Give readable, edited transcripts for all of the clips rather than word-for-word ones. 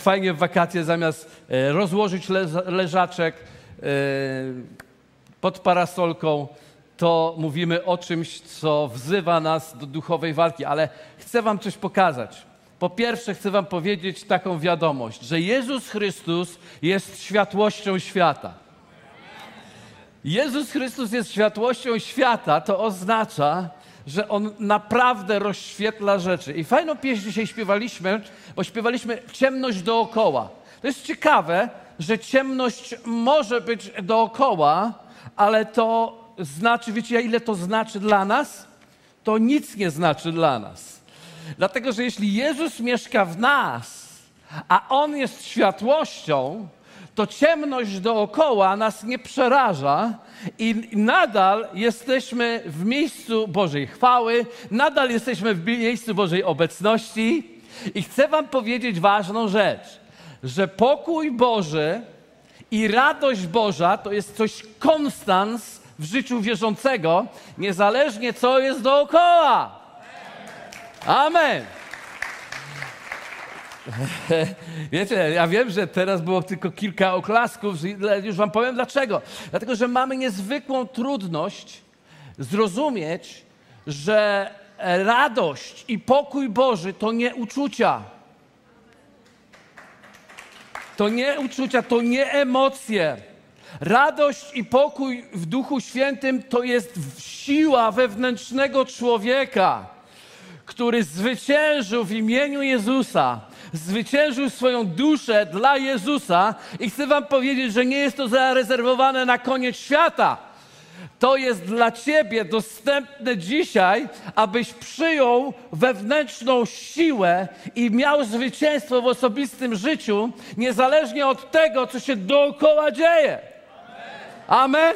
Fajnie w wakacje zamiast rozłożyć leżaczek pod parasolką, to mówimy o czymś, co wzywa nas do duchowej walki. Ale chcę wam coś pokazać. Po pierwsze chcę wam powiedzieć taką wiadomość, że Jezus Chrystus jest światłością świata. Jezus Chrystus jest światłością świata, to oznacza, że On naprawdę rozświetla rzeczy. I fajną pieśń dzisiaj śpiewaliśmy, bo śpiewaliśmy ciemność dookoła. To jest ciekawe, że ciemność może być dookoła, ale to znaczy, wiecie ile to znaczy dla nas? To nic nie znaczy dla nas. Dlatego, że jeśli Jezus mieszka w nas, a On jest światłością, to ciemność dookoła nas nie przeraża i nadal jesteśmy w miejscu Bożej chwały, nadal jesteśmy w miejscu Bożej obecności. I chcę wam powiedzieć ważną rzecz, że pokój Boży i radość Boża to jest coś konstans w życiu wierzącego, niezależnie co jest dookoła. Amen. Wiecie, ja wiem, że teraz było tylko kilka oklasków, już wam powiem dlaczego. Dlatego, że mamy niezwykłą trudność zrozumieć, że radość i pokój Boży to nie uczucia. To nie uczucia, to nie emocje. Radość i pokój w Duchu Świętym to jest siła wewnętrznego człowieka, który zwyciężył w imieniu Jezusa, zwyciężył swoją duszę dla Jezusa i chcę wam powiedzieć, że nie jest to zarezerwowane na koniec świata. To jest dla ciebie dostępne dzisiaj, abyś przyjął wewnętrzną siłę i miał zwycięstwo w osobistym życiu, niezależnie od tego, co się dookoła dzieje. Amen.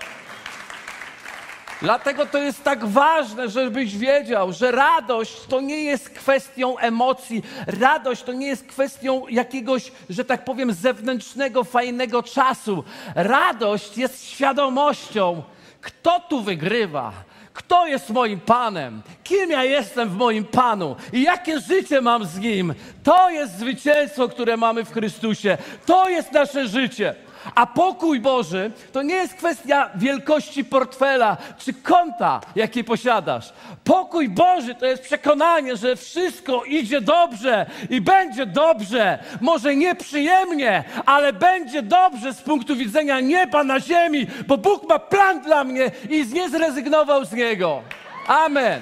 Dlatego to jest tak ważne, żebyś wiedział, że radość to nie jest kwestią emocji. Radość to nie jest kwestią jakiegoś, że tak powiem, zewnętrznego, fajnego czasu. Radość jest świadomością, kto tu wygrywa, kto jest moim Panem, kim ja jestem w moim Panu i jakie życie mam z Nim. To jest zwycięstwo, które mamy w Chrystusie. To jest nasze życie. A pokój Boży to nie jest kwestia wielkości portfela czy konta, jakie posiadasz. Pokój Boży to jest przekonanie, że wszystko idzie dobrze i będzie dobrze. Może nieprzyjemnie, ale będzie dobrze z punktu widzenia nieba na ziemi, bo Bóg ma plan dla mnie i nie zrezygnował z niego. Amen.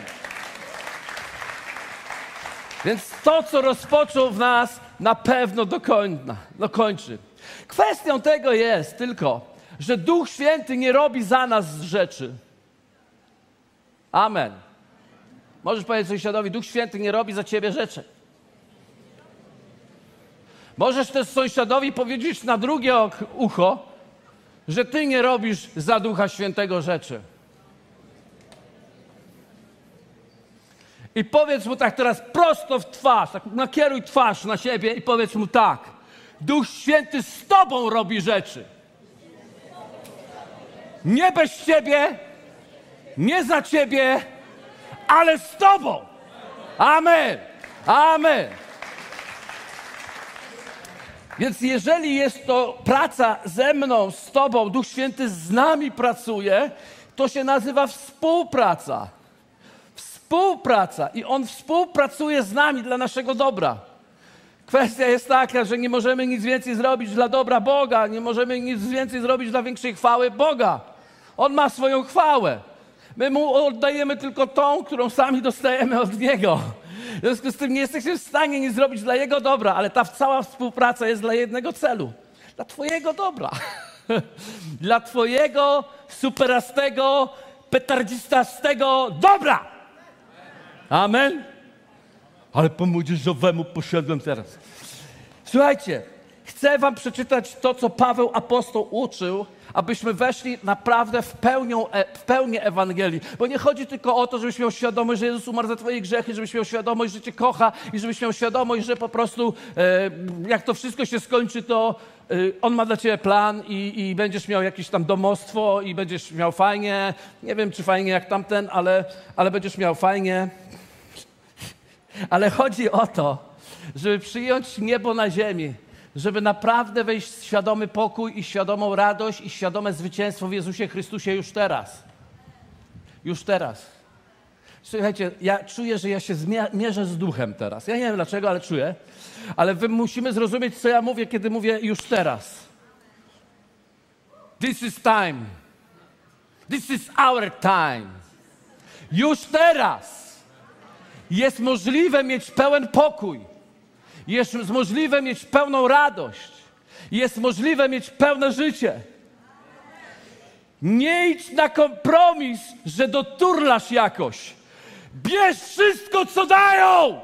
Więc to, co rozpoczął w nas, na pewno dokończy. Kwestią tego jest tylko, że Duch Święty nie robi za nas rzeczy. Amen. Możesz powiedzieć sąsiadowi, Duch Święty nie robi za ciebie rzeczy. Możesz też sąsiadowi powiedzieć na drugie ucho, że ty nie robisz za Ducha Świętego rzeczy. I powiedz mu tak teraz prosto w twarz, tak nakieruj twarz na siebie i powiedz mu tak. Duch Święty z tobą robi rzeczy. Nie bez ciebie, nie za ciebie, ale z tobą. Amen. Amen. Więc jeżeli jest to praca ze mną, z tobą, Duch Święty z nami pracuje, to się nazywa współpraca. Współpraca. I On współpracuje z nami dla naszego dobra. Kwestia jest taka, że nie możemy nic więcej zrobić dla dobra Boga, nie możemy nic więcej zrobić dla większej chwały Boga. On ma swoją chwałę. My Mu oddajemy tylko tą, którą sami dostajemy od Niego. W związku z tym nie jesteśmy w stanie nic zrobić dla Jego dobra, ale ta cała współpraca jest dla jednego celu. Dla Twojego dobra. Dla Twojego superastego, petardzistastego dobra. Amen. Ale po młodzieżowemu poszedłem teraz. Słuchajcie, chcę wam przeczytać to, co Paweł apostoł uczył, abyśmy weszli naprawdę w pełnię Ewangelii. Bo nie chodzi tylko o to, żebyś miał świadomość, że Jezus umarł za twoje grzechy, żebyś miał świadomość, że cię kocha i żebyś miał świadomość, że po prostu jak to wszystko się skończy, to On ma dla ciebie plan i będziesz miał jakieś tam domostwo i będziesz miał fajnie. Nie wiem, czy fajnie jak tamten, ale będziesz miał fajnie. Ale chodzi o to, żeby przyjąć niebo na ziemi, żeby naprawdę wejść w świadomy pokój i świadomą radość i świadome zwycięstwo w Jezusie Chrystusie już teraz. Już teraz. Słuchajcie, ja czuję, że ja się mierzę z duchem teraz. Ja nie wiem dlaczego, ale czuję. Ale wy musimy zrozumieć, co ja mówię, kiedy mówię już teraz. This is time. This is our time. Już teraz jest możliwe mieć pełen pokój. Jest możliwe mieć pełną radość. Jest możliwe mieć pełne życie. Nie idź na kompromis, że doturlasz jakoś. Bierz wszystko, co dają!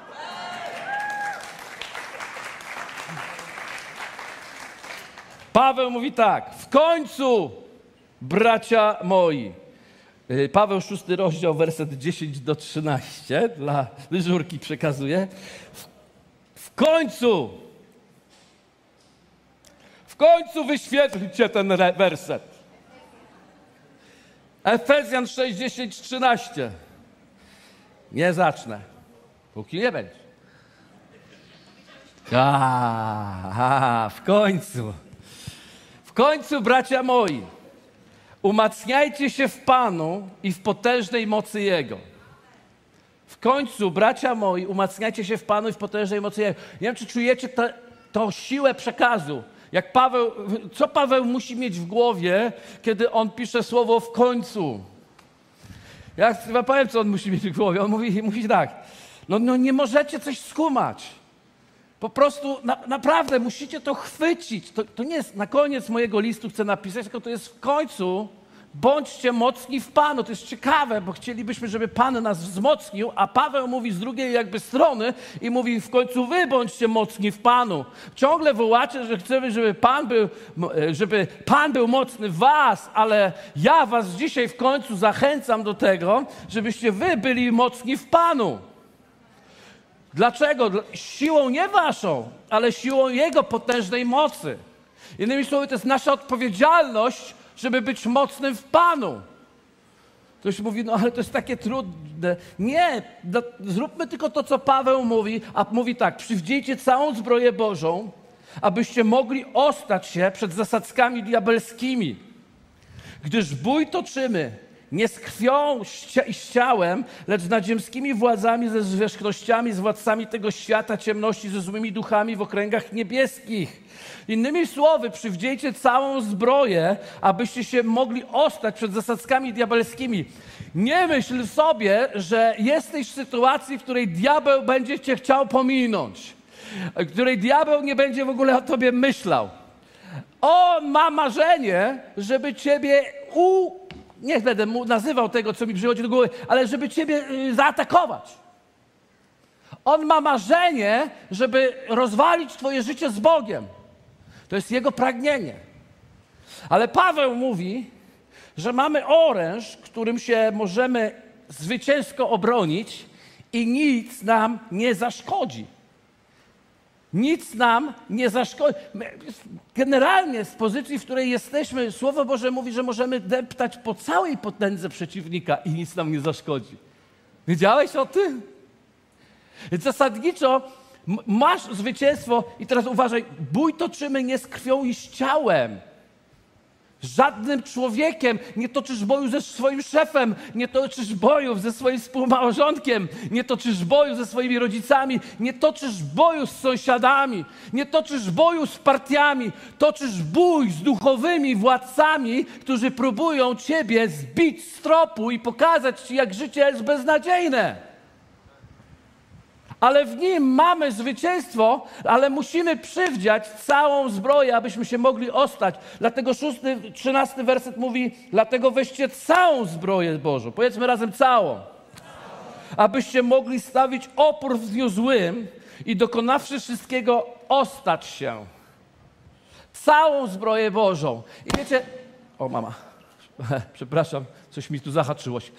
Paweł mówi tak, w końcu, bracia moi. Paweł 6 rozdział, werset 10 do 13, dla dyżurki przekazuję. W końcu wyświetlcie ten werset. Efezjan 6, 10, 13. Nie zacznę, póki nie będzie. W końcu, bracia moi, umacniajcie się w Panu i w potężnej mocy Jego. W końcu, bracia moi, umacniajcie się w Panu i w potężnej mocy Jego. Nie wiem, czy czujecie tą siłę przekazu. Jak co Paweł musi mieć w głowie, kiedy on pisze słowo w końcu? Ja chyba powiem, co on musi mieć w głowie. On mówi tak, no nie możecie coś skumać. Po prostu naprawdę musicie to chwycić. To nie jest na koniec mojego listu chcę napisać, tylko to jest w końcu. Bądźcie mocni w Panu. To jest ciekawe, bo chcielibyśmy, żeby Pan nas wzmocnił, a Paweł mówi z drugiej jakby strony i mówi w końcu wy bądźcie mocni w Panu. Ciągle wołacie, że chcemy, żeby Pan był mocny w was, ale ja was dzisiaj w końcu zachęcam do tego, żebyście wy byli mocni w Panu. Dlaczego? Siłą nie waszą, ale siłą Jego potężnej mocy. Innymi słowy, to jest nasza odpowiedzialność, żeby być mocnym w Panu. Ktoś mówi, no ale to jest takie trudne. Nie, zróbmy tylko to, co Paweł mówi, a mówi tak, przywdziejcie całą zbroję Bożą, abyście mogli ostać się przed zasadzkami diabelskimi. Gdyż bój toczymy nie z krwią i z ciałem, lecz z nadziemskimi władzami, ze zwierzchnościami, z władcami tego świata ciemności, ze złymi duchami w okręgach niebieskich. Innymi słowy, przywdziejcie całą zbroję, abyście się mogli ostać przed zasadzkami diabelskimi. Nie myśl sobie, że jesteś w sytuacji, w której diabeł będzie cię chciał pominąć, w której diabeł nie będzie w ogóle o tobie myślał. On ma marzenie, żeby ciebie nie będę mu nazywał tego, co mi przychodzi do głowy, ale żeby ciebie zaatakować. On ma marzenie, żeby rozwalić twoje życie z Bogiem. To jest jego pragnienie. Ale Paweł mówi, że mamy oręż, którym się możemy zwycięsko obronić i nic nam nie zaszkodzi. Nic nam nie zaszkodzi. Generalnie z pozycji, w której jesteśmy, Słowo Boże mówi, że możemy deptać po całej potędze przeciwnika i nic nam nie zaszkodzi. Wiedziałeś o tym? Więc zasadniczo masz zwycięstwo i teraz uważaj, bój toczymy nie z krwią i z ciałem. Żadnym człowiekiem nie toczysz boju ze swoim szefem, nie toczysz bojów ze swoim współmałżonkiem, nie toczysz boju ze swoimi rodzicami, nie toczysz boju z sąsiadami, nie toczysz boju z partiami, toczysz bój z duchowymi władcami, którzy próbują ciebie zbić z tropu i pokazać ci, jak życie jest beznadziejne. Ale w nim mamy zwycięstwo, ale musimy przywdziać całą zbroję, abyśmy się mogli ostać. Dlatego 13 werset mówi, dlatego weźcie całą zbroję Bożą. Powiedzmy razem całą. Abyście mogli stawić opór w dniu złym i dokonawszy wszystkiego ostać się. Całą zbroję Bożą. I wiecie, mama, przepraszam, coś mi tu zahaczyło się.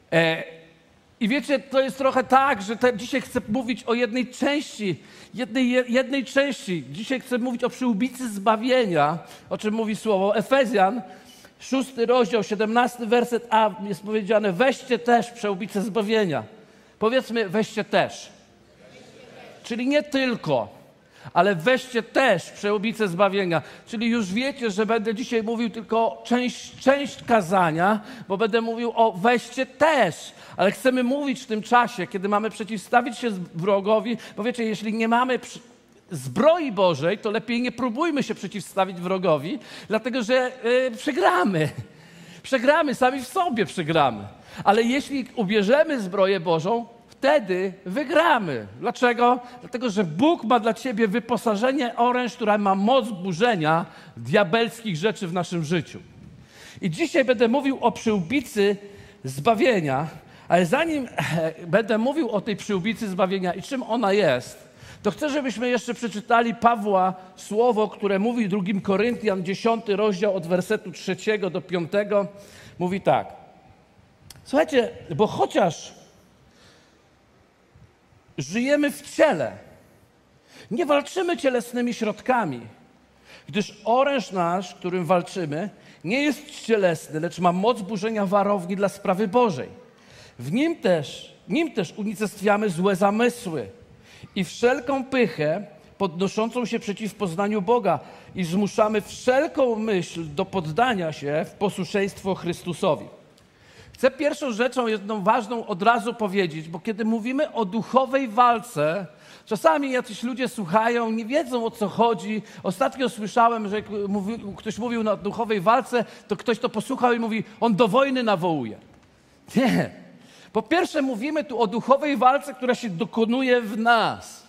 I wiecie, to jest trochę tak, że dzisiaj chcę mówić o jednej części. Dzisiaj chcę mówić o przyłbicy zbawienia, o czym mówi Słowo. Efezjan, 6 rozdział, 17 werset A jest powiedziane, weźcie też przyłbicę zbawienia. Powiedzmy, weźcie też. czyli nie tylko, ale weźcie też przyłbicę zbawienia. Czyli już wiecie, że będę dzisiaj mówił tylko część kazania, bo będę mówił o weźcie też. Ale chcemy mówić w tym czasie, kiedy mamy przeciwstawić się wrogowi, bo wiecie, jeśli nie mamy zbroi Bożej, to lepiej nie próbujmy się przeciwstawić wrogowi, dlatego że przegramy. Przegramy, sami w sobie przegramy. Ale jeśli ubierzemy zbroję Bożą, wtedy wygramy. Dlaczego? Dlatego, że Bóg ma dla ciebie wyposażenie oręż, która ma moc burzenia diabelskich rzeczy w naszym życiu. I dzisiaj będę mówił o przyłbicy zbawienia, ale zanim będę mówił o tej przyłbicy zbawienia i czym ona jest, to chcę, żebyśmy jeszcze przeczytali Pawła słowo, które mówi 2 Koryntian 10 rozdział od wersetu 3 do 5. Mówi tak. Słuchajcie, bo chociaż żyjemy w ciele, nie walczymy cielesnymi środkami, gdyż oręż nasz, którym walczymy, nie jest cielesny, lecz ma moc burzenia warowni dla sprawy Bożej. Nim też unicestwiamy złe zamysły i wszelką pychę podnoszącą się przeciw poznaniu Boga i zmuszamy wszelką myśl do poddania się w posłuszeństwo Chrystusowi. Chcę pierwszą rzeczą, jedną ważną od razu powiedzieć, bo kiedy mówimy o duchowej walce, czasami jacyś ludzie słuchają, nie wiedzą o co chodzi. Ostatnio słyszałem, że ktoś mówił o duchowej walce, to ktoś to posłuchał i mówi, on do wojny nawołuje. Nie. Po pierwsze mówimy tu o duchowej walce, która się dokonuje w nas.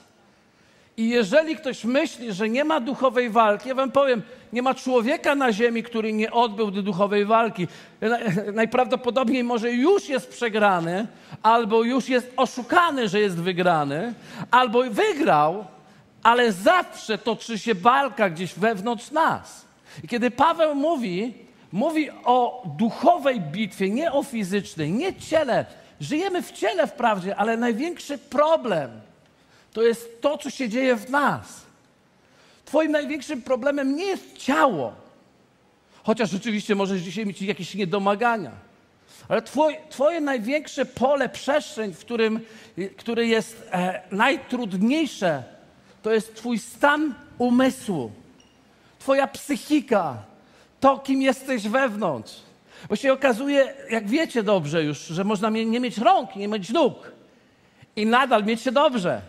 I jeżeli ktoś myśli, że nie ma duchowej walki, ja wam powiem, nie ma człowieka na ziemi, który nie odbył do duchowej walki. Najprawdopodobniej może już jest przegrany, albo już jest oszukany, że jest wygrany, albo wygrał, ale zawsze toczy się walka gdzieś wewnątrz nas. I kiedy Paweł mówi o duchowej bitwie, nie o fizycznej, nie ciele. Żyjemy w ciele wprawdzie, ale największy problem to jest to, co się dzieje w nas. Twoim największym problemem nie jest ciało, chociaż rzeczywiście możesz dzisiaj mieć jakieś niedomagania, ale twoje największe pole, przestrzeń, które jest najtrudniejsze, to jest twój stan umysłu, twoja psychika, to, kim jesteś wewnątrz. Bo się okazuje, jak wiecie dobrze już, że można nie mieć rąk, nie mieć nóg i nadal mieć się dobrze.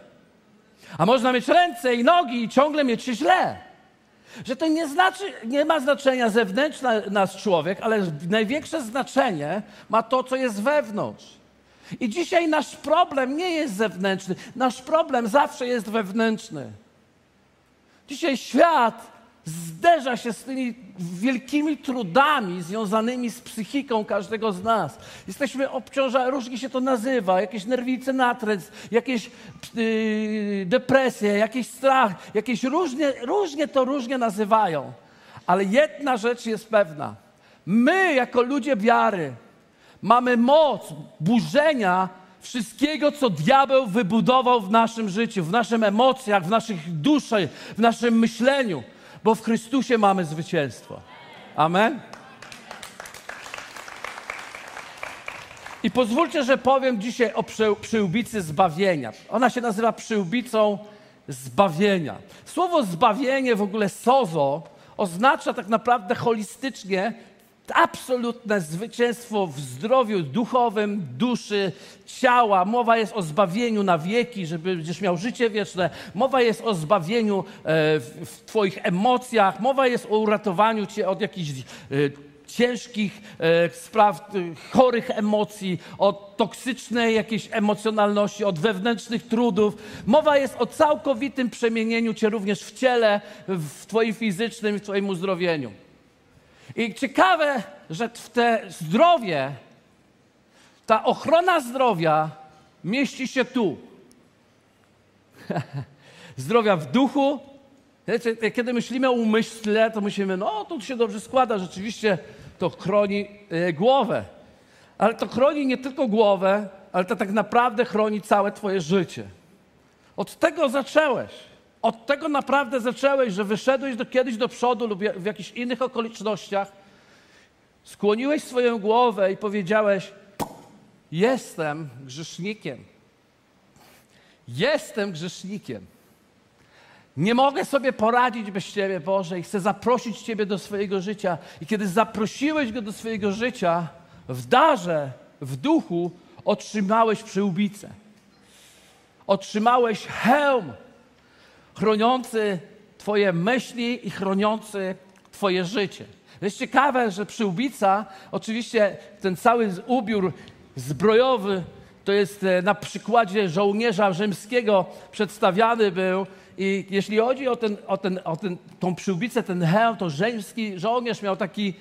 A można mieć ręce i nogi i ciągle mieć się źle. Że to nie ma znaczenia zewnętrzny nasz człowiek, ale największe znaczenie ma to, co jest wewnątrz. I dzisiaj nasz problem nie jest zewnętrzny. Nasz problem zawsze jest wewnętrzny. Dzisiaj świat zderza się z tymi wielkimi trudami związanymi z psychiką każdego z nas. Jesteśmy obciążani, różnie się to nazywa, jakieś nerwice natręt, jakieś depresje, jakiś strach, jakieś różnie nazywają. Ale jedna rzecz jest pewna. My jako ludzie wiary mamy moc burzenia wszystkiego, co diabeł wybudował w naszym życiu, w naszych emocjach, w naszych duszach, w naszym myśleniu. Bo w Chrystusie mamy zwycięstwo. Amen? I pozwólcie, że powiem dzisiaj o przyłbicy zbawienia. Ona się nazywa przyłbicą zbawienia. Słowo zbawienie, w ogóle sozo, oznacza tak naprawdę holistycznie absolutne zwycięstwo w zdrowiu duchowym, duszy, ciała. Mowa jest o zbawieniu na wieki, żeby będziesz miał życie wieczne. Mowa jest o zbawieniu w twoich emocjach. Mowa jest o uratowaniu cię od jakichś ciężkich spraw, chorych emocji, od toksycznej jakiejś emocjonalności, od wewnętrznych trudów. Mowa jest o całkowitym przemienieniu cię również w ciele, w twoim fizycznym, w twoim uzdrowieniu. I ciekawe, że w te zdrowie, ta ochrona zdrowia mieści się tu. Zdrowia w duchu. Wiecie, kiedy myślimy o umyśle, to myślimy, no to się dobrze składa, rzeczywiście to chroni głowę. Ale to chroni nie tylko głowę, ale to tak naprawdę chroni całe twoje życie. Od tego zacząłeś. Od tego naprawdę zacząłeś, że wyszedłeś kiedyś do przodu lub w jakichś innych okolicznościach, skłoniłeś swoją głowę i powiedziałeś, jestem grzesznikiem. Jestem grzesznikiem. Nie mogę sobie poradzić bez Ciebie, Boże, i chcę zaprosić Ciebie do swojego życia. I kiedy zaprosiłeś Go do swojego życia, w darze, w duchu otrzymałeś przyłbicę. Otrzymałeś hełm chroniący Twoje myśli i chroniący Twoje życie. Jest ciekawe, że przyłbica, oczywiście ten cały ubiór zbrojowy, to jest na przykładzie żołnierza rzymskiego przedstawiany był. I jeśli chodzi o tą przyłbicę, ten hełm, to rzymski żołnierz miał taki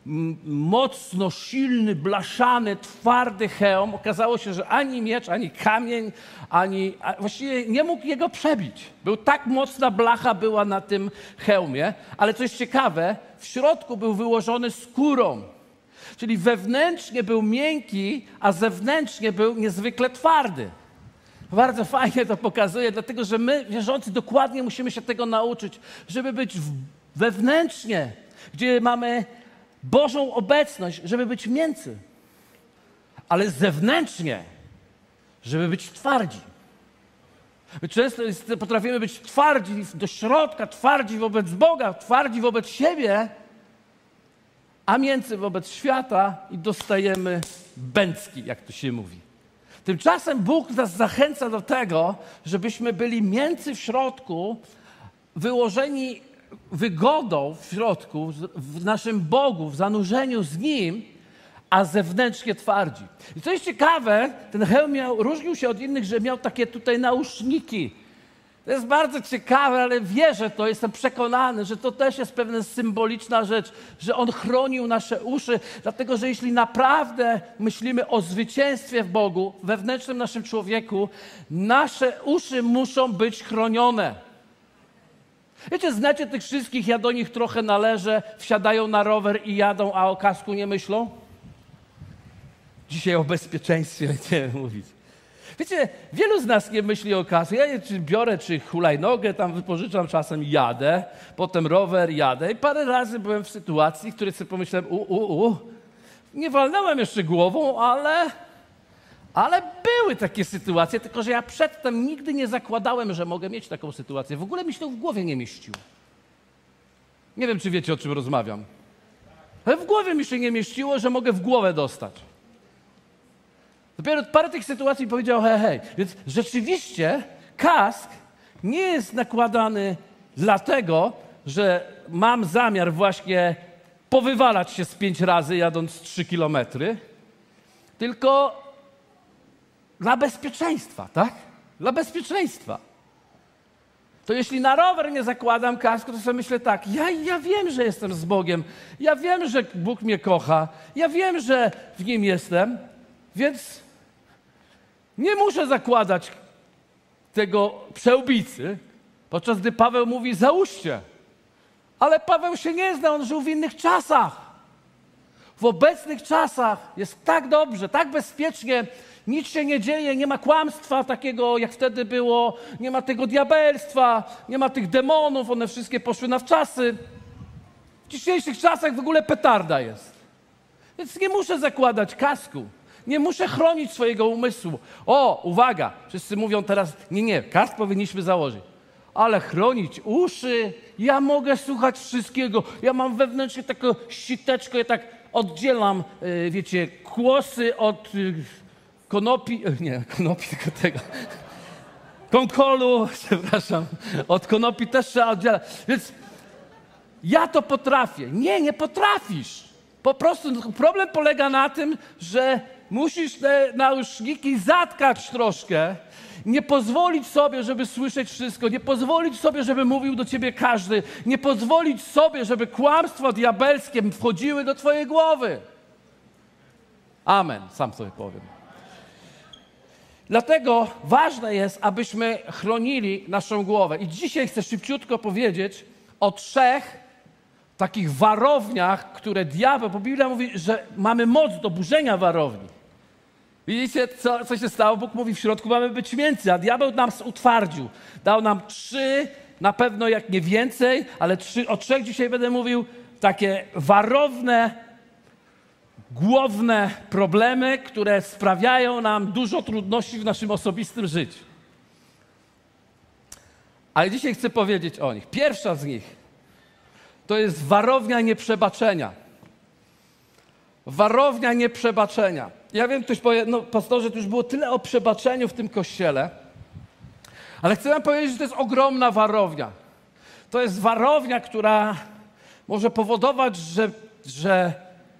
mocno silny, blaszany, twardy hełm. Okazało się, że ani miecz, ani kamień, właściwie nie mógł jego przebić. Tak mocna blacha była na tym hełmie, ale coś ciekawe, w środku był wyłożony skórą. Czyli wewnętrznie był miękki, a zewnętrznie był niezwykle twardy. Bardzo fajnie to pokazuje, dlatego że my, wierzący, dokładnie musimy się tego nauczyć, żeby być wewnętrznie, gdzie mamy Bożą obecność, żeby być miękcy, ale zewnętrznie, żeby być twardzi. My często potrafimy być twardzi do środka, twardzi wobec Boga, twardzi wobec siebie, a miękcy wobec świata i dostajemy bęcki, jak to się mówi. Tymczasem Bóg nas zachęca do tego, żebyśmy byli miękcy w środku, wyłożeni wygodą w środku, w naszym Bogu, w zanurzeniu z Nim, a zewnętrznie twardzi. I co jest ciekawe, ten hełm różnił się od innych, że miał takie tutaj nauszniki. To jest bardzo ciekawe, ale wierzę to, jestem przekonany, że to też jest pewna symboliczna rzecz, że On chronił nasze uszy, dlatego że jeśli naprawdę myślimy o zwycięstwie w Bogu, wewnętrznym naszym człowieku, nasze uszy muszą być chronione. Wiecie, znacie tych wszystkich, ja do nich trochę należę, wsiadają na rower i jadą, a o kasku nie myślą? Dzisiaj o bezpieczeństwie będziemy mówić. Wiecie, wielu z nas nie myśli o kasku. Ja biorę hulajnogę, tam wypożyczam czasem i jadę, potem rower, jadę. I parę razy byłem w sytuacji, w której sobie pomyślałem, nie walnąłem jeszcze głową, ale były takie sytuacje, tylko że ja przedtem nigdy nie zakładałem, że mogę mieć taką sytuację. W ogóle mi się to w głowie nie mieściło. Nie wiem, czy wiecie, o czym rozmawiam. Ale w głowie mi się nie mieściło, że mogę w głowę dostać. Dopiero parę tych sytuacji powiedział hej. Więc rzeczywiście kask nie jest nakładany dlatego, że mam zamiar właśnie powywalać się z 5 razy jadąc 3 kilometry, tylko dla bezpieczeństwa, tak? Dla bezpieczeństwa. To jeśli na rower nie zakładam kasku, to sobie myślę tak, ja wiem, że jestem z Bogiem, ja wiem, że Bóg mnie kocha, ja wiem, że w Nim jestem, więc nie muszę zakładać tego przyłbicy, podczas gdy Paweł mówi załóżcie. Ale Paweł się nie zna, on żył w innych czasach. W obecnych czasach jest tak dobrze, tak bezpiecznie, nic się nie dzieje, nie ma kłamstwa takiego, jak wtedy było, nie ma tego diabelstwa, nie ma tych demonów, one wszystkie poszły na wczasy. W dzisiejszych czasach w ogóle petarda jest. Więc nie muszę zakładać kasku. Nie muszę chronić swojego umysłu. Uwaga, wszyscy mówią teraz, nie, kask powinniśmy założyć. Ale chronić uszy, ja mogę słuchać wszystkiego. Ja mam wewnętrznie taką siteczkę, ja tak oddzielam, wiecie, kłosy od konopi, tylko tego. Konkolu, przepraszam, od konopi też trzeba oddzielać. Więc ja to potrafię. Nie potrafisz. Po prostu problem polega na tym, że musisz te nauszniki zatkać troszkę, nie pozwolić sobie, żeby słyszeć wszystko, nie pozwolić sobie, żeby mówił do ciebie każdy, nie pozwolić sobie, żeby kłamstwa diabelskie wchodziły do twojej głowy. Amen, sam sobie powiem. Dlatego ważne jest, abyśmy chronili naszą głowę. I dzisiaj chcę szybciutko powiedzieć o 3 takich warowniach, które diabeł, bo Biblia mówi, że mamy moc do burzenia warowni. Widzicie, co się stało? Bóg mówi, w środku mamy być miękcy, a diabeł nas utwardził. Dał nam 3, na pewno jak nie więcej, ale o 3 dzisiaj będę mówił, takie warowne, główne problemy, które sprawiają nam dużo trudności w naszym osobistym życiu. Ale dzisiaj chcę powiedzieć o nich. Pierwsza z nich to jest warownia nieprzebaczenia. Warownia nieprzebaczenia. Ja wiem, ktoś powie, no pastorze, to już było tyle o przebaczeniu w tym kościele, ale chcę wam powiedzieć, że to jest ogromna warownia. To jest warownia, która może powodować, że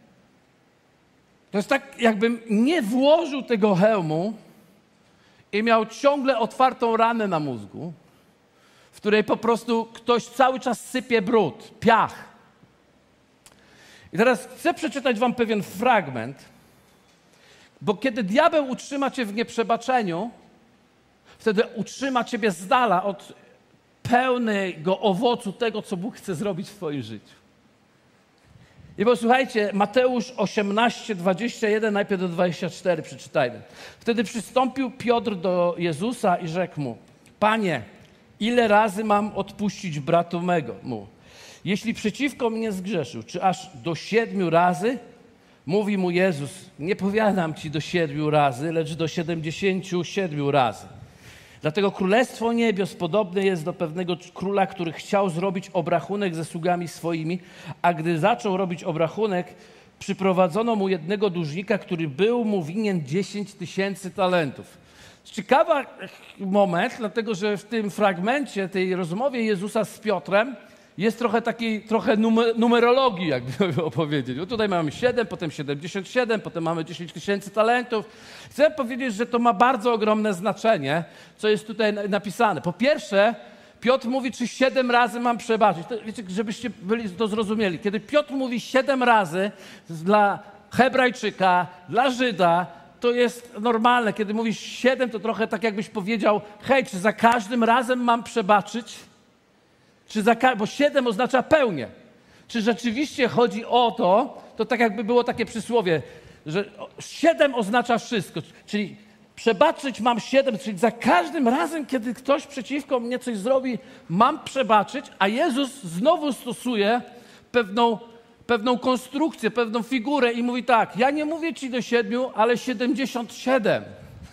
to jest tak, jakbym nie włożył tego hełmu i miał ciągle otwartą ranę na mózgu, w której po prostu ktoś cały czas sypie brud, piach. I teraz chcę przeczytać wam pewien fragment, bo kiedy diabeł utrzyma cię w nieprzebaczeniu, wtedy utrzyma ciebie z dala od pełnego owocu tego, co Bóg chce zrobić w twoim życiu. I posłuchajcie, Mateusz 18, 21, najpierw do 24 przeczytajmy. Wtedy przystąpił Piotr do Jezusa i rzekł mu: Panie, ile razy mam odpuścić bratu mu, jeśli przeciwko mnie zgrzeszył? Czy aż do 7 razy? Mówi mu Jezus: nie powiadam ci do 7 razy, lecz do 77 razy. Dlatego Królestwo Niebios podobne jest do pewnego króla, który chciał zrobić obrachunek ze sługami swoimi, a gdy zaczął robić obrachunek, przyprowadzono mu jednego dłużnika, który był mu winien 10 000 talentów. Ciekawy moment, dlatego że w tym fragmencie, tej rozmowie Jezusa z Piotrem jest trochę numerologii, jakby opowiedzieć. Bo tutaj mamy 7, potem 77, potem mamy 10 000 talentów. Chcę powiedzieć, że to ma bardzo ogromne znaczenie, co jest tutaj napisane. Po pierwsze, Piotr mówi, czy 7 razy mam przebaczyć. To, wiecie, żebyście to zrozumieli. Kiedy Piotr mówi 7 razy dla Hebrajczyka, dla Żyda, to jest normalne. Kiedy mówisz 7, to trochę tak jakbyś powiedział: hej, czy za każdym razem mam przebaczyć? Bo 7 oznacza pełnię. Czy rzeczywiście chodzi o to tak jakby było takie przysłowie, że 7 oznacza wszystko. Czyli przebaczyć mam 7, czyli za każdym razem, kiedy ktoś przeciwko mnie coś zrobi, mam przebaczyć, a Jezus znowu stosuje pewną konstrukcję, pewną figurę i mówi tak: ja nie mówię ci do 7, ale 77.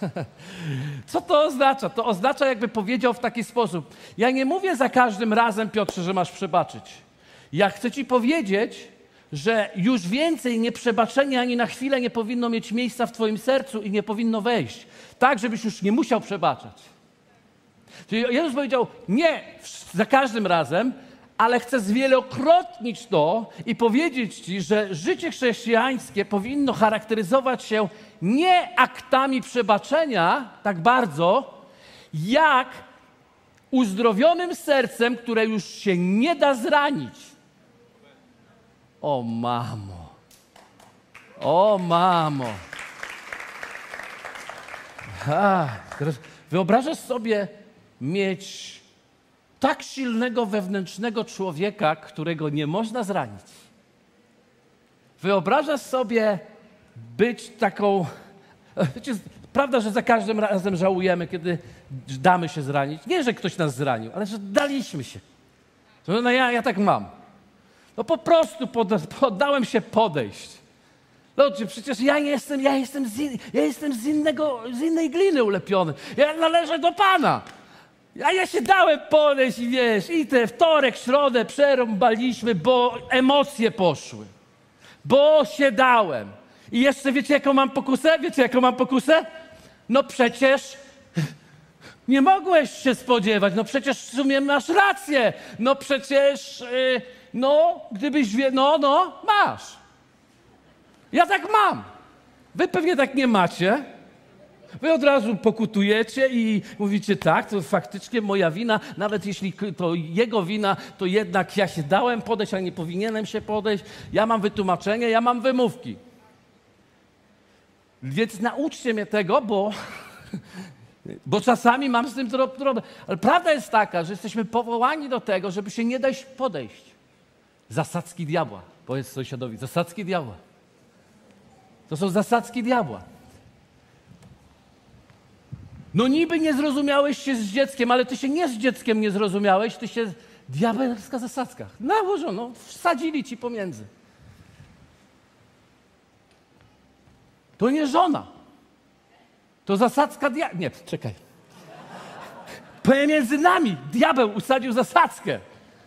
Co to oznacza? To oznacza, jakby powiedział w taki sposób: ja nie mówię za każdym razem, Piotrze, że masz przebaczyć. Ja chcę ci powiedzieć, że już więcej nieprzebaczenie ani na chwilę nie powinno mieć miejsca w twoim sercu i nie powinno wejść. Tak, żebyś już nie musiał przebaczać. Czyli Jezus powiedział: nie za każdym razem, ale chcę zwielokrotnić to i powiedzieć ci, że życie chrześcijańskie powinno charakteryzować się nie aktami przebaczenia tak bardzo, jak uzdrowionym sercem, które już się nie da zranić. O mamo! O mamo! Teraz wyobrażasz sobie mieć tak silnego wewnętrznego człowieka, którego nie można zranić. Wyobrażasz sobie być taką... Wiecie, prawda, że za każdym razem żałujemy, kiedy damy się zranić. Nie, że ktoś nas zranił, ale że daliśmy się. No ja tak mam. No po prostu poddałem się podejść. Ludzie, przecież ja jestem z innej gliny ulepiony. Ja należę do Pana. Ja się dałem podejść i wiesz, i te wtorek, środę przerąbaliśmy, bo emocje poszły. Bo się dałem. I jeszcze wiecie, jaką mam pokusę? Wiecie, jaką mam pokusę? No przecież nie mogłeś się spodziewać. No przecież w sumie masz rację. No przecież, gdybyś masz. Ja tak mam. Wy pewnie tak nie macie. Wy od razu pokutujecie i mówicie: tak, to faktycznie moja wina, nawet jeśli to jego wina, to jednak ja się dałem podejść, a nie powinienem się podejść. Ja mam wytłumaczenie, ja mam wymówki. Więc nauczcie mnie tego, bo czasami mam z tym problem. Ale prawda jest taka, że jesteśmy powołani do tego, żeby się nie dać podejść. Zasadzki diabła. Powiedz sąsiadowi: zasadzki diabła. To są zasadzki diabła. No niby nie zrozumiałeś się z dzieckiem, ale ty się nie z dzieckiem nie zrozumiałeś, ty się... Diabelska zasadzka. Nałożono, wsadzili ci pomiędzy. To nie żona. To zasadzka Nie, czekaj. Pomiędzy nami diabeł usadził zasadzkę.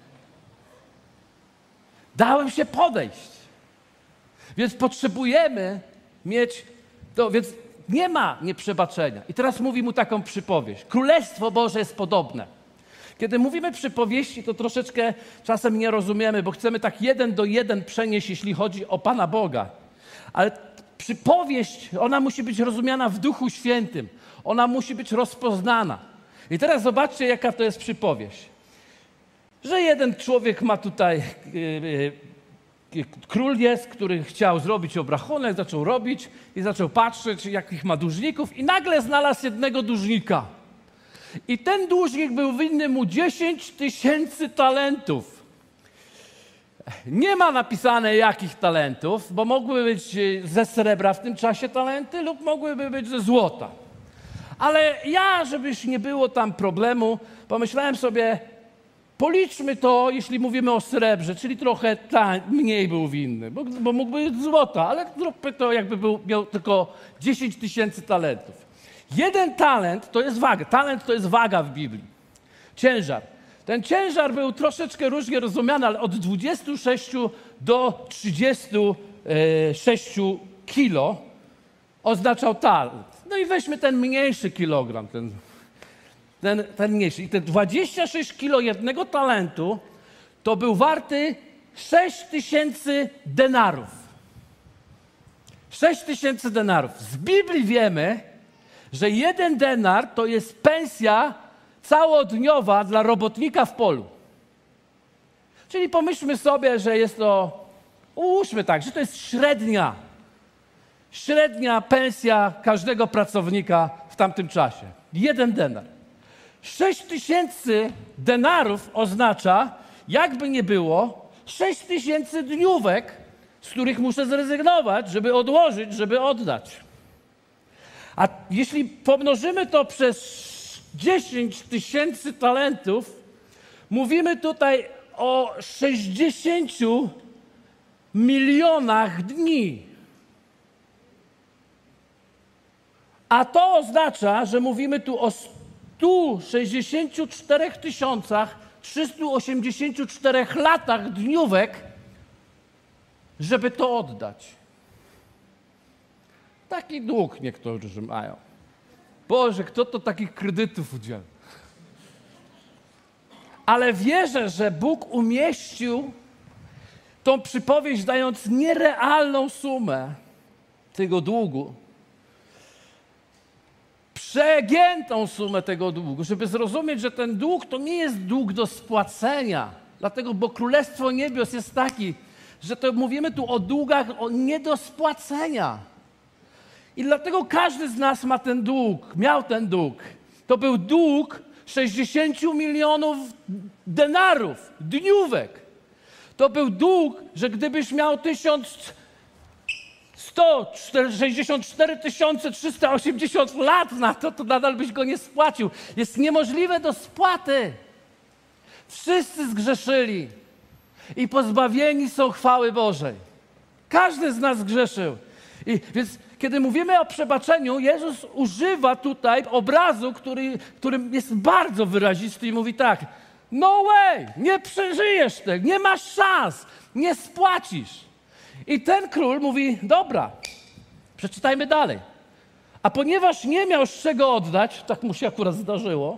Dałem się podejść. Więc potrzebujemy mieć to, więc nie ma nieprzebaczenia. I teraz mówi mu taką przypowieść. Królestwo Boże jest podobne. Kiedy mówimy przypowieści, to troszeczkę czasem nie rozumiemy, bo chcemy tak 1 do 1 przenieść, jeśli chodzi o Pana Boga. Ale przypowieść, ona musi być rozumiana w Duchu Świętym. Ona musi być rozpoznana. I teraz zobaczcie, jaka to jest przypowieść. Że jeden człowiek ma tutaj, król jest, który chciał zrobić obrachunek, zaczął robić i zaczął patrzeć, jakich ma dłużników i nagle znalazł jednego dłużnika. I ten dłużnik był winny mu 10 000 talentów. Nie ma napisane jakich talentów, bo mogły być ze srebra w tym czasie talenty lub mogłyby być ze złota. Ale ja, żebyś nie było tam problemu, pomyślałem sobie, policzmy to, jeśli mówimy o srebrze, czyli trochę mniej był winny, bo mógł być złota, ale zróbmy to, jakby miał tylko 10 000 talentów. 1 talent to jest waga. Talent to jest waga w Biblii. Ciężar. Ten ciężar był troszeczkę różnie rozumiany, ale od 26 do 36 kilo oznaczał talent. No i weźmy ten mniejszy kilogram, ten mniejszy. I te 26 kilo jednego talentu to był warty 6000 denarów. 6000 denarów. Z Biblii wiemy, że 1 denar to jest pensja całodniowa dla robotnika w polu. Czyli pomyślmy sobie, że jest to, ułóżmy tak, że to jest średnia pensja każdego pracownika w tamtym czasie. 1 denar. 6000 denarów oznacza, jakby nie było, 6000 dniówek, z których muszę zrezygnować, żeby odłożyć, żeby oddać. A jeśli pomnożymy to przez 10 000 talentów, mówimy tutaj o 60 milionach dni. A to oznacza, że mówimy tu o 164 384 latach dniówek, żeby to oddać. Taki dług niektórzy mają. Boże, kto to takich kredytów udziela? Ale wierzę, że Bóg umieścił tą przypowieść, dając nierealną sumę tego długu. Przegiętą sumę tego długu, żeby zrozumieć, że ten dług to nie jest dług do spłacenia. Dlatego, bo Królestwo Niebios jest taki, że to mówimy tu o długach nie do spłacenia. I dlatego każdy z nas ma ten dług, miał ten dług. To był dług 60 milionów denarów, dniówek. To był dług, że gdybyś miał 64 380 lat na to, to nadal byś go nie spłacił. Jest niemożliwe do spłaty. Wszyscy zgrzeszyli i pozbawieni są chwały Bożej. Każdy z nas grzeszył. Więc kiedy mówimy o przebaczeniu, Jezus używa tutaj obrazu, który jest bardzo wyrazisty i mówi tak: no way, nie przeżyjesz tego, nie masz szans, nie spłacisz. I ten król mówi: dobra, przeczytajmy dalej. A ponieważ nie miał z czego oddać, tak mu się akurat zdarzyło,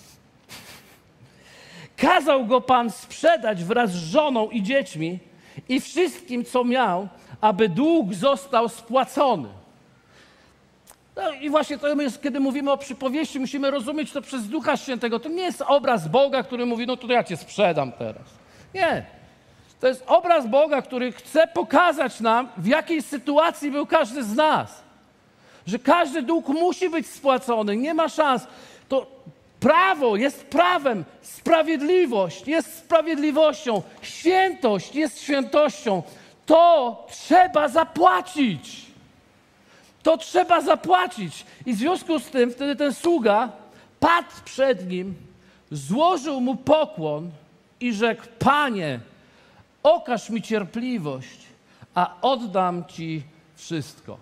kazał go Pan sprzedać wraz z żoną i dziećmi i wszystkim, co miał, aby dług został spłacony. No i właśnie to jest, kiedy mówimy o przypowieści, musimy rozumieć to przez Ducha Świętego. To nie jest obraz Boga, który mówi: no to ja cię sprzedam teraz. Nie. To jest obraz Boga, który chce pokazać nam, w jakiej sytuacji był każdy z nas. Że każdy dług musi być spłacony, nie ma szans. To prawo jest prawem, sprawiedliwość jest sprawiedliwością, świętość jest świętością. To trzeba zapłacić. To trzeba zapłacić. I w związku z tym wtedy ten sługa padł przed nim, złożył mu pokłon i rzekł: Panie, okaż mi cierpliwość, a oddam Ci wszystko.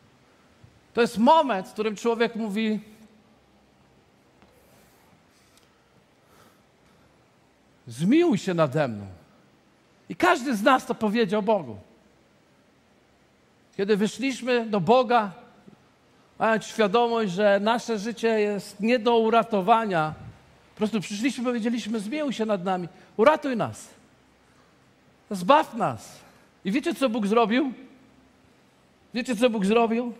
To jest moment, w którym człowiek mówi: zmiłuj się nade mną. I każdy z nas to powiedział Bogu. Kiedy wyszliśmy do Boga, mając świadomość, że nasze życie jest nie do uratowania, po prostu przyszliśmy i powiedzieliśmy, zmiłuj się nad nami, uratuj nas, zbaw nas. I wiecie, co Bóg zrobił? Wiecie, co Bóg zrobił?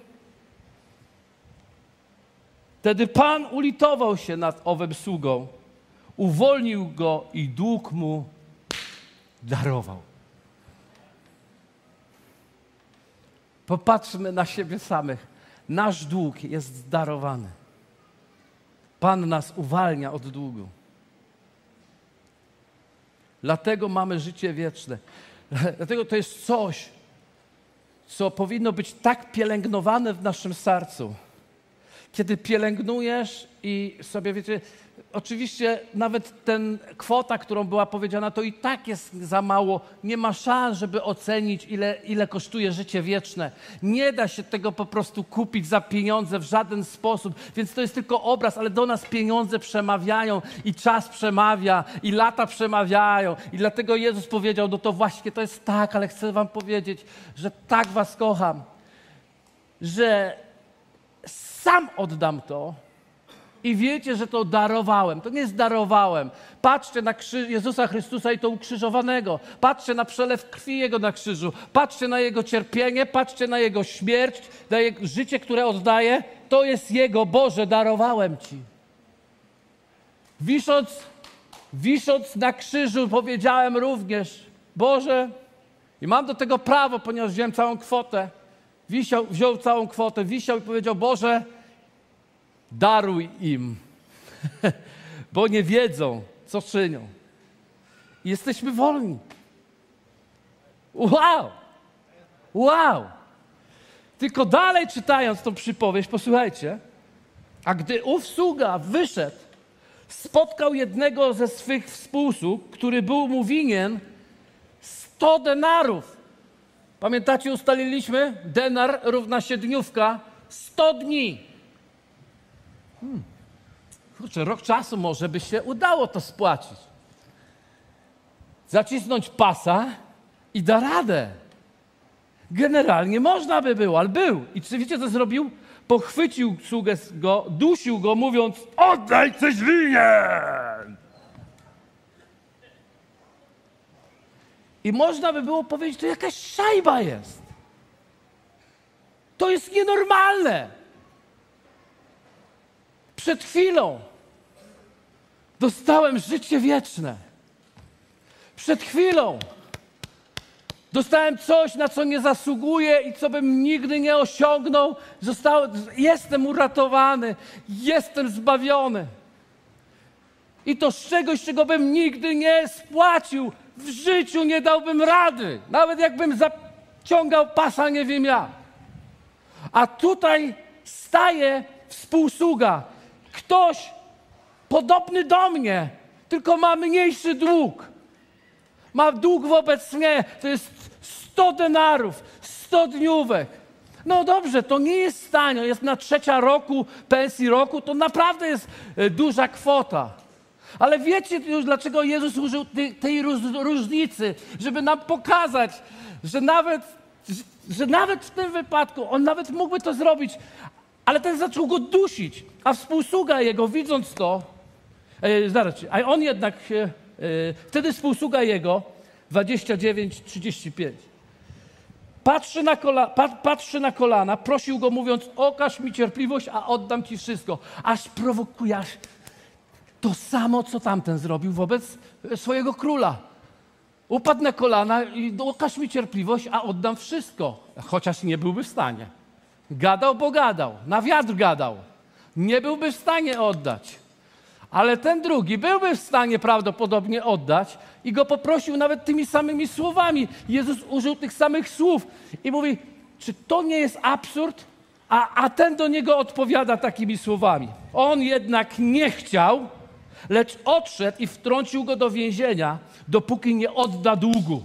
Wtedy Pan ulitował się nad owym sługą, uwolnił go i dług mu darował. Popatrzmy na siebie samych. Nasz dług jest zdarowany. Pan nas uwalnia od długu. Dlatego mamy życie wieczne. Dlatego to jest coś, co powinno być tak pielęgnowane w naszym sercu. Kiedy pielęgnujesz i sobie, wiecie, oczywiście nawet ten kwota, którą była powiedziana, to i tak jest za mało. Nie ma szans, żeby ocenić, ile kosztuje życie wieczne. Nie da się tego po prostu kupić za pieniądze w żaden sposób. Więc to jest tylko obraz, ale do nas pieniądze przemawiają i czas przemawia i lata przemawiają. I dlatego Jezus powiedział, no to właśnie to jest tak, ale chcę wam powiedzieć, że tak was kocham, że sam oddam to i wiecie, że to darowałem. To nie zdarowałem. Patrzcie na krzyż Jezusa Chrystusa i to ukrzyżowanego. Patrzcie na przelew krwi Jego na krzyżu. Patrzcie na Jego cierpienie, patrzcie na Jego śmierć, na Jego życie, które oddaje. To jest Jego, Boże, darowałem Ci. Wisząc na krzyżu powiedziałem również, Boże, i mam do tego prawo, ponieważ wziąłem całą kwotę, wziął całą kwotę, wisiał i powiedział, Boże, daruj im, bo nie wiedzą, co czynią. I jesteśmy wolni. Wow! Wow! Tylko dalej czytając tą przypowieść, posłuchajcie, a gdy ów sługa wyszedł, spotkał jednego ze swych współsług, który był mu winien 100 denarów. Pamiętacie, ustaliliśmy? Denar równa się dniówka, 100 dni. Kurczę, rok czasu może by się udało to spłacić. Zacisnąć pasa i da radę. Generalnie można by było, ale był. I czy wiecie, co zrobił? Pochwycił sługę go, dusił go, mówiąc, oddaj, coś winien! I można by było powiedzieć, to jakaś szajba jest. To jest nienormalne. Przed chwilą dostałem życie wieczne. Przed chwilą dostałem coś, na co nie zasługuję i co bym nigdy nie osiągnął. Jestem uratowany, jestem zbawiony. I to z czegoś, czego bym nigdy nie spłacił. W życiu nie dałbym rady. Nawet jakbym zaciągał pasa, nie wiem jak. A tutaj staje współsługa. Ktoś podobny do mnie, tylko ma mniejszy dług. Ma dług wobec mnie, to jest 100 denarów, 100 dniówek. No dobrze, to nie jest tanie, jest na 3 roku pensji roku, to naprawdę jest duża kwota. Ale wiecie już, dlaczego Jezus użył tej różnicy, żeby nam pokazać, że nawet w tym wypadku On nawet mógłby to zrobić, ale ten zaczął go dusić, a współsługa jego, widząc to, a on jednak, wtedy współsługa jego, 29:35, patrzy na kolana, prosił go mówiąc, okaż mi cierpliwość, a oddam ci wszystko. Aż prowokujesz to samo, co tamten zrobił wobec swojego króla. Upadł na kolana i okaż mi cierpliwość, a oddam wszystko. Chociaż nie byłby w stanie. Gadał, bo gadał. Na wiatr gadał. Nie byłby w stanie oddać. Ale ten drugi byłby w stanie prawdopodobnie oddać i go poprosił nawet tymi samymi słowami. Jezus użył tych samych słów i mówi, czy to nie jest absurd? A ten do niego odpowiada takimi słowami. On jednak nie chciał, lecz odszedł i wtrącił go do więzienia, dopóki nie odda długu.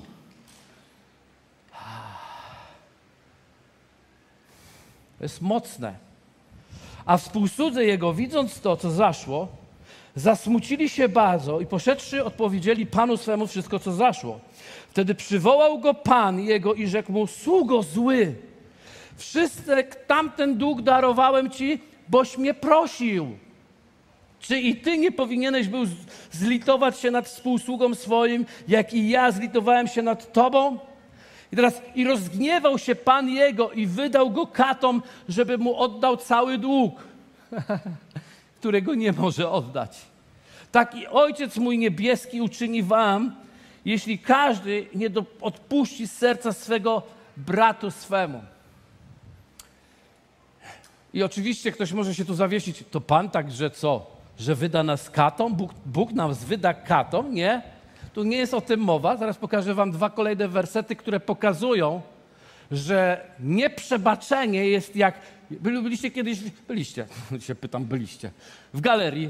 To jest mocne. A współsłudzy jego, widząc to, co zaszło, Zasmucili się bardzo i poszedłszy odpowiedzieli Panu swemu wszystko, co zaszło. Wtedy przywołał go Pan jego i rzekł mu: sługo zły, wszystek tamten dług darowałem ci, boś mnie prosił. Czy i ty nie powinieneś był zlitować się nad współsługą swoim, jak i ja zlitowałem się nad tobą? I rozgniewał się Pan jego i wydał go katom, żeby mu oddał cały dług, którego nie może oddać. Tak i Ojciec mój niebieski uczyni wam, jeśli każdy nie odpuści z serca swego bratu swemu. I oczywiście ktoś może się tu zawiesić, to Pan także co? Że wyda nas katom? Bóg nas wyda katom? Nie. Tu nie jest o tym mowa. Zaraz pokażę wam 2 kolejne wersety, które pokazują, że nieprzebaczenie jest jak... Byliście kiedyś... Byliście. Się pytam, byliście. W galerii.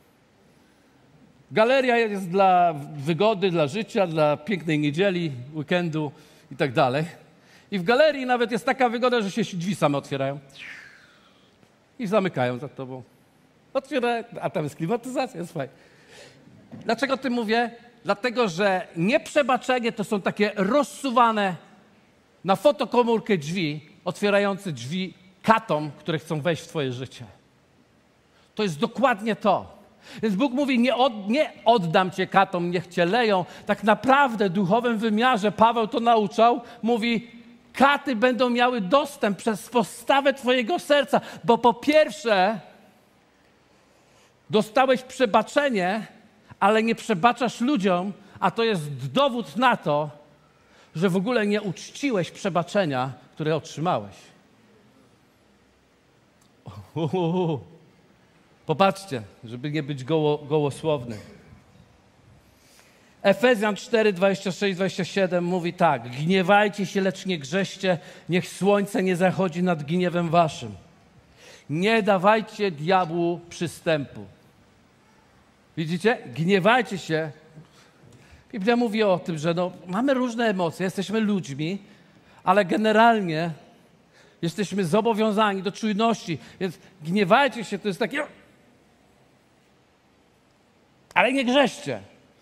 Galeria jest dla wygody, dla życia, dla pięknej niedzieli, weekendu i tak dalej. I w galerii nawet jest taka wygoda, że się drzwi same otwierają i zamykają za tobą. Otwierają, a tam jest klimatyzacja, jest fajnie. Dlaczego o tym mówię? Dlatego, że nieprzebaczenie to są takie rozsuwane na fotokomórkę drzwi, otwierające drzwi katom, które chcą wejść w twoje życie. To jest dokładnie to. Więc Bóg mówi, nie oddam cię katom, niech cię leją. Tak naprawdę w duchowym wymiarze, Paweł to nauczał, mówi, katy będą miały dostęp przez postawę twojego serca, bo po pierwsze dostałeś przebaczenie, ale nie przebaczasz ludziom, a to jest dowód na to, że w ogóle nie uczciłeś przebaczenia, które otrzymałeś. Popatrzcie, żeby nie być gołosłowny. Efezjan 4, 26, 27 mówi tak. Gniewajcie się, lecz nie grzeszcie, niech słońce nie zachodzi nad gniewem waszym. Nie dawajcie diabłu przystępu. Widzicie? Gniewajcie się. Biblia mówi o tym, że mamy różne emocje, jesteśmy ludźmi, ale generalnie jesteśmy zobowiązani do czujności. Więc gniewajcie się, to jest takie... Ale nie grzeszcie.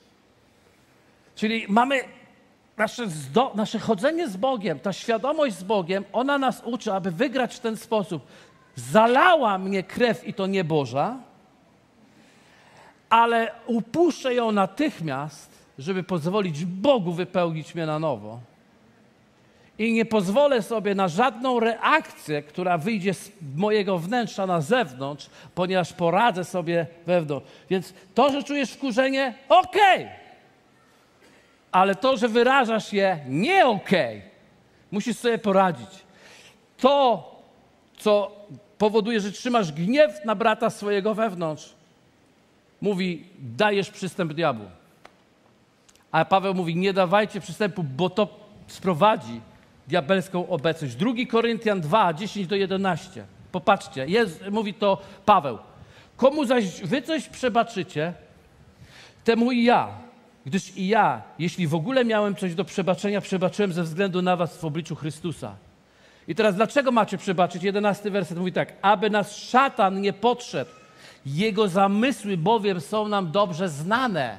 Czyli mamy nasze chodzenie z Bogiem, ta świadomość z Bogiem, ona nas uczy, aby wygrać w ten sposób. Zalała mnie krew i to nie Boża, ale upuszczę ją natychmiast, żeby pozwolić Bogu wypełnić mnie na nowo. I nie pozwolę sobie na żadną reakcję, która wyjdzie z mojego wnętrza na zewnątrz, ponieważ poradzę sobie wewnątrz. Więc to, że czujesz wkurzenie, okej. Ale to, że wyrażasz je, nie okej. Musisz sobie poradzić. To, co powoduje, że trzymasz gniew na brata swojego wewnątrz, mówi, dajesz przystęp diabłu. A Paweł mówi, nie dawajcie przystępu, bo to sprowadzi diabelską obecność. 2 Koryntian 2, 10-11. Popatrzcie, mówi to Paweł. Komu zaś wy coś przebaczycie, temu i ja. Gdyż i ja, jeśli w ogóle miałem coś do przebaczenia, przebaczyłem ze względu na was w obliczu Chrystusa. I teraz dlaczego macie przebaczyć? 11 werset mówi tak. Aby nas szatan nie podszedł. Jego zamysły bowiem są nam dobrze znane.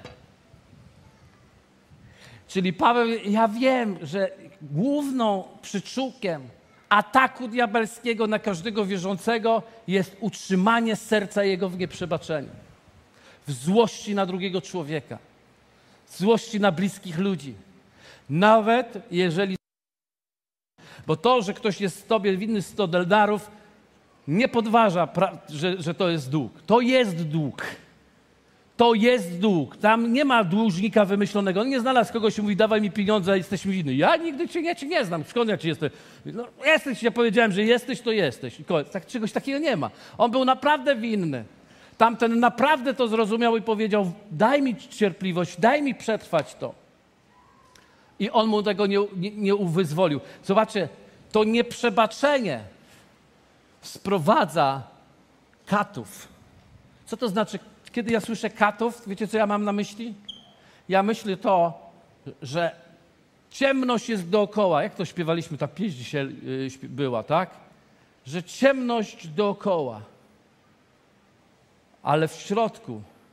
Czyli Paweł, ja wiem, że główną przyczółkiem ataku diabelskiego na każdego wierzącego jest utrzymanie serca jego w nieprzebaczeniu. W złości na drugiego człowieka. W złości na bliskich ludzi. Nawet jeżeli... Bo to, że ktoś jest tobie winny 100 denarów, nie podważa, że to jest dług. To jest dług. To jest dług. Tam nie ma dłużnika wymyślonego. On nie znalazł kogoś i mówi, dawaj mi pieniądze, a jesteśmy winni. Ja nigdy cię nie znam. Skąd ja ci jestem? No, jesteś, ja powiedziałem, że jesteś, to jesteś. I tak, czegoś takiego nie ma. On był naprawdę winny. Tamten naprawdę to zrozumiał i powiedział, daj mi cierpliwość, daj mi przetrwać to. I on mu tego nie uwyzwolił. Zobaczcie, to nieprzebaczenie sprowadza katów. Co to znaczy? Kiedy ja słyszę katów, wiecie, co ja mam na myśli? Ja myślę to, że ciemność jest dookoła. Jak to śpiewaliśmy, ta pieśń dzisiaj była, tak? Że ciemność dookoła, ale w środku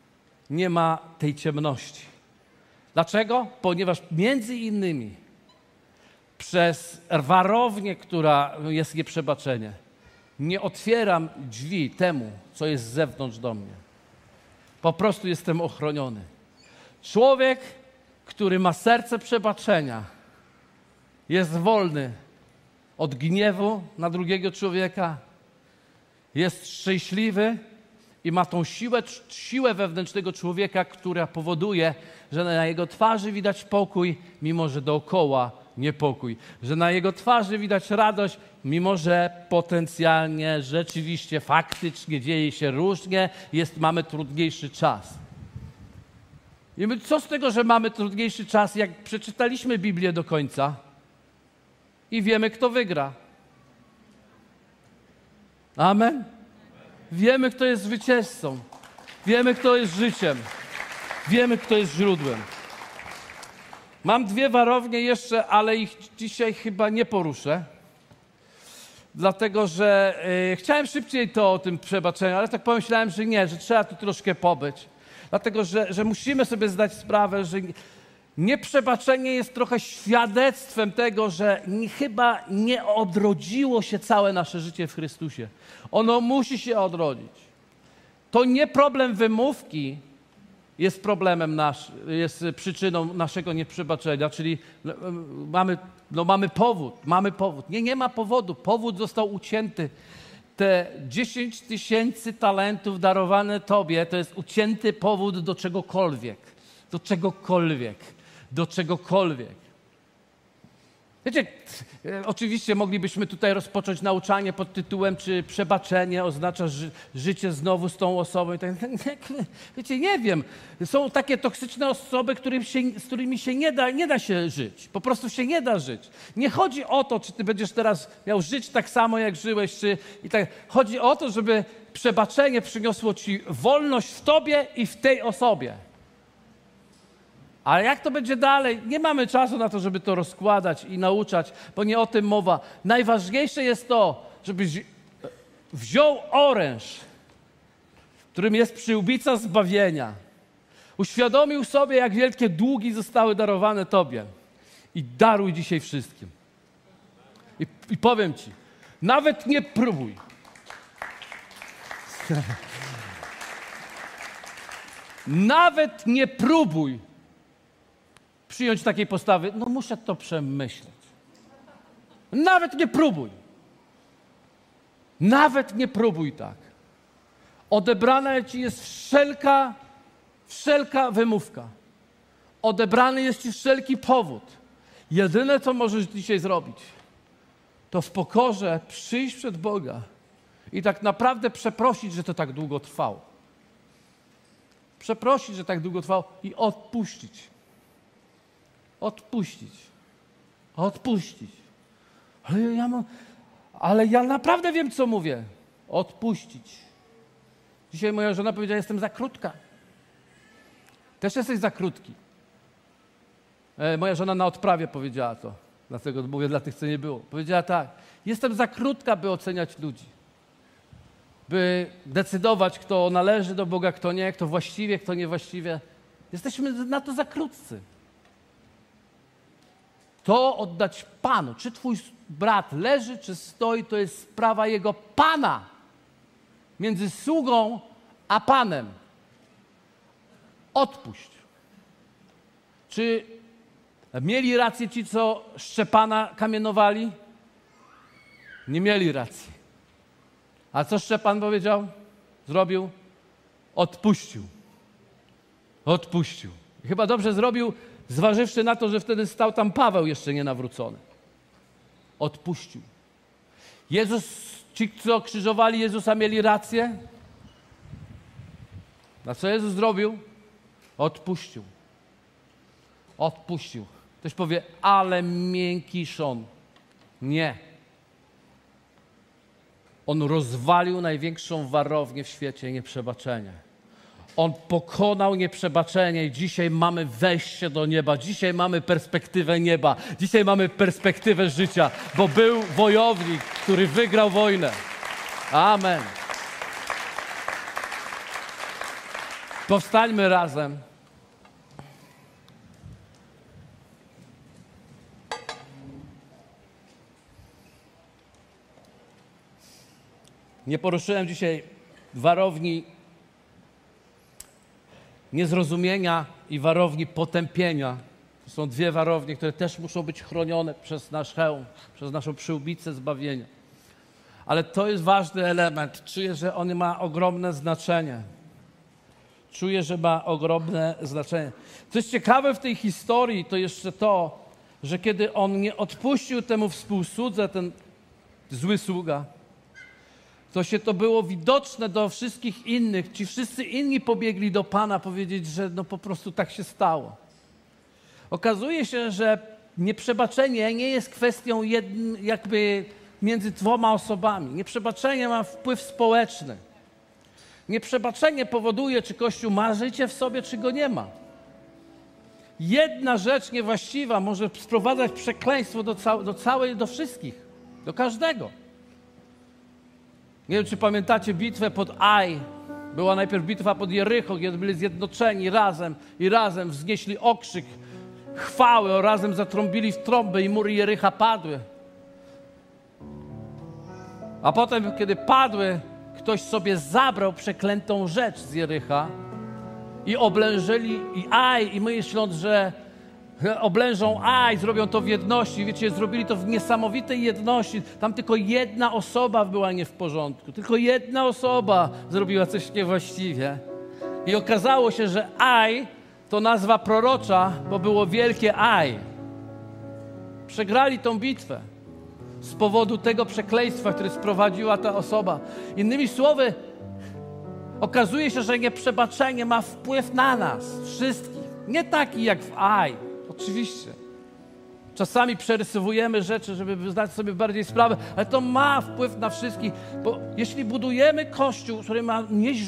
nie ma tej ciemności. Dlaczego? Ponieważ między innymi przez warownię, która jest nieprzebaczenie, nie otwieram drzwi temu, co jest z zewnątrz do mnie. Po prostu jestem ochroniony. Człowiek, który ma serce przebaczenia, jest wolny od gniewu na drugiego człowieka, jest szczęśliwy i ma tą siłę wewnętrznego człowieka, która powoduje, że na jego twarzy widać pokój, mimo że dookoła niepokój. Że na jego twarzy widać radość, mimo że potencjalnie, rzeczywiście, faktycznie dzieje się różnie, mamy trudniejszy czas. I my, co z tego, że mamy trudniejszy czas, jak przeczytaliśmy Biblię do końca i wiemy, kto wygra. Amen? Wiemy, kto jest zwycięzcą. Wiemy, kto jest życiem. Wiemy, kto jest źródłem. Mam 2 warownie jeszcze, ale ich dzisiaj chyba nie poruszę. Dlatego, że chciałem szybciej o tym przebaczeniu, ale tak pomyślałem, że nie, że trzeba tu troszkę pobyć. Dlatego, że musimy sobie zdać sprawę, że nieprzebaczenie jest trochę świadectwem tego, że chyba nie odrodziło się całe nasze życie w Chrystusie. Ono musi się odrodzić. To nie problem wymówki jest problemem jest przyczyną naszego nieprzebaczenia, czyli mamy powód. Nie ma powodu. Powód został ucięty. Te 10 000 talentów darowane Tobie to jest ucięty powód do czegokolwiek. Do czegokolwiek. Wiecie, oczywiście moglibyśmy tutaj rozpocząć nauczanie pod tytułem, czy przebaczenie oznacza życie znowu z tą osobą. I tak, wiecie, nie wiem. Są takie toksyczne osoby, z którymi się nie da się żyć. Po prostu się nie da żyć. Nie chodzi o to, czy ty będziesz teraz miał żyć tak samo, jak żyłeś, i tak. Chodzi o to, żeby przebaczenie przyniosło ci wolność w tobie i w tej osobie. Ale jak to będzie dalej? Nie mamy czasu na to, żeby to rozkładać i nauczać, bo nie o tym mowa. Najważniejsze jest to, żebyś wziął oręż, którym jest przyłbica zbawienia. Uświadomił sobie, jak wielkie długi zostały darowane Tobie. I daruj dzisiaj wszystkim. I powiem Ci, nawet nie próbuj. Nawet nie próbuj przyjąć takiej postawy, no muszę to przemyśleć. Nawet nie próbuj. Nawet nie próbuj tak. Odebrana ci jest wszelka wymówka. Odebrany jest ci wszelki powód. Jedyne, co możesz dzisiaj zrobić, to w pokorze przyjść przed Boga i tak naprawdę przeprosić, że to tak długo trwało. Przeprosić, że tak długo trwało i odpuścić. Odpuścić. Ale ja naprawdę wiem, co mówię. Odpuścić. Dzisiaj moja żona powiedziała, jestem za krótka. Też jesteś za krótki. Moja żona na odprawie powiedziała to. Dlatego mówię dla tych, co nie było. Powiedziała tak. Jestem za krótka, by oceniać ludzi. By decydować, kto należy do Boga, kto nie, kto właściwie, kto niewłaściwie. Jesteśmy na to za krótcy. To oddać Panu. Czy twój brat leży, czy stoi, to jest sprawa jego Pana. Między sługą a Panem. Odpuść. Czy mieli rację ci, co Szczepana kamienowali? Nie mieli racji. A co Szczepan powiedział? Zrobił? Odpuścił. I chyba dobrze zrobił, zważywszy na to, że wtedy stał tam Paweł jeszcze nienawrócony. Odpuścił. Ci, co krzyżowali Jezusa, mieli rację. A co Jezus zrobił? Odpuścił. Ktoś powie, ale miękiszon. Nie. On rozwalił największą warownię w świecie, nieprzebaczenie. On pokonał nieprzebaczenie i dzisiaj mamy wejście do nieba. Dzisiaj mamy perspektywę nieba. Dzisiaj mamy perspektywę życia, bo był wojownik, który wygrał wojnę. Amen. Powstańmy razem. Nie poruszyłem dzisiaj warowni niezrozumienia i warowni potępienia. To są dwie warownie, które też muszą być chronione przez nasz hełm, przez naszą przyłbicę zbawienia. Ale to jest ważny element. Czuję, że on ma ogromne znaczenie. Czuję, że ma ogromne znaczenie. Co jest ciekawe w tej historii, to jeszcze to, że kiedy on nie odpuścił temu współsłudze, ten zły sługa, to było widoczne do wszystkich innych. Ci wszyscy inni pobiegli do Pana powiedzieć, że no po prostu tak się stało. Okazuje się, że nieprzebaczenie nie jest kwestią jakby między dwoma osobami. Nieprzebaczenie ma wpływ społeczny. Nieprzebaczenie powoduje, czy Kościół ma życie w sobie, czy go nie ma. Jedna rzecz niewłaściwa może sprowadzać przekleństwo do wszystkich, do każdego. Nie wiem, czy pamiętacie bitwę pod Aj. Była najpierw bitwa pod Jericho, kiedy byli zjednoczeni razem wznieśli okrzyk chwały, razem zatrąbili w trąbę i mury Jericha padły. A potem, kiedy padły, ktoś sobie zabrał przeklętą rzecz z Jericha i oblężyli Aj, i myśląc, że oblężą Aj, zrobią to w jedności. Wiecie, zrobili to w niesamowitej jedności. Tam tylko jedna osoba była nie w porządku. Tylko jedna osoba zrobiła coś niewłaściwie. I okazało się, że Aj to nazwa prorocza, bo było wielkie Aj. Przegrali tą bitwę z powodu tego przekleństwa, które sprowadziła ta osoba. Innymi słowy, okazuje się, że nieprzebaczenie ma wpływ na nas wszystkich. Nie taki jak w Aj. Oczywiście. Czasami przerysowujemy rzeczy, żeby zdać sobie bardziej sprawę, ale to ma wpływ na wszystkich, bo jeśli budujemy Kościół, który ma nieść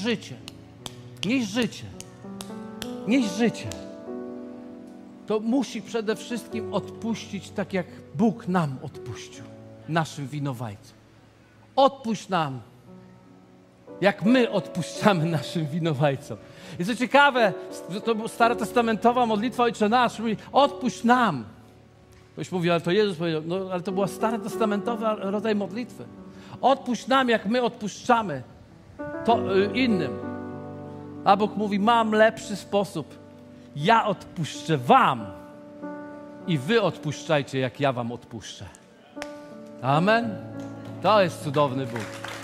życie, to musi przede wszystkim odpuścić tak, jak Bóg nam odpuścił, naszym winowajcom. Odpuść nam, jak my odpuszczamy naszym winowajcom. I co ciekawe, to była starotestamentowa modlitwa Ojcze Nasz, mówi, odpuść nam. Ktoś mówi, ale to Jezus powiedział, no ale to była starotestamentowy rodzaj modlitwy. Odpuść nam, jak my odpuszczamy innym. A Bóg mówi, mam lepszy sposób. Ja odpuszczę wam i wy odpuszczajcie, jak ja wam odpuszczę. Amen? To jest cudowny Bóg.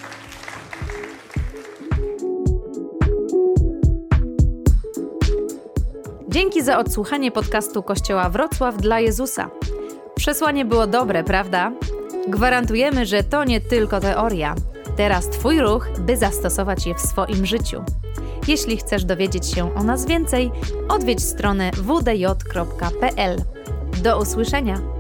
Dzięki za odsłuchanie podcastu Kościoła Wrocław dla Jezusa. Przesłanie było dobre, prawda? Gwarantujemy, że to nie tylko teoria. Teraz Twój ruch, by zastosować je w swoim życiu. Jeśli chcesz dowiedzieć się o nas więcej, odwiedź stronę wdj.pl. Do usłyszenia!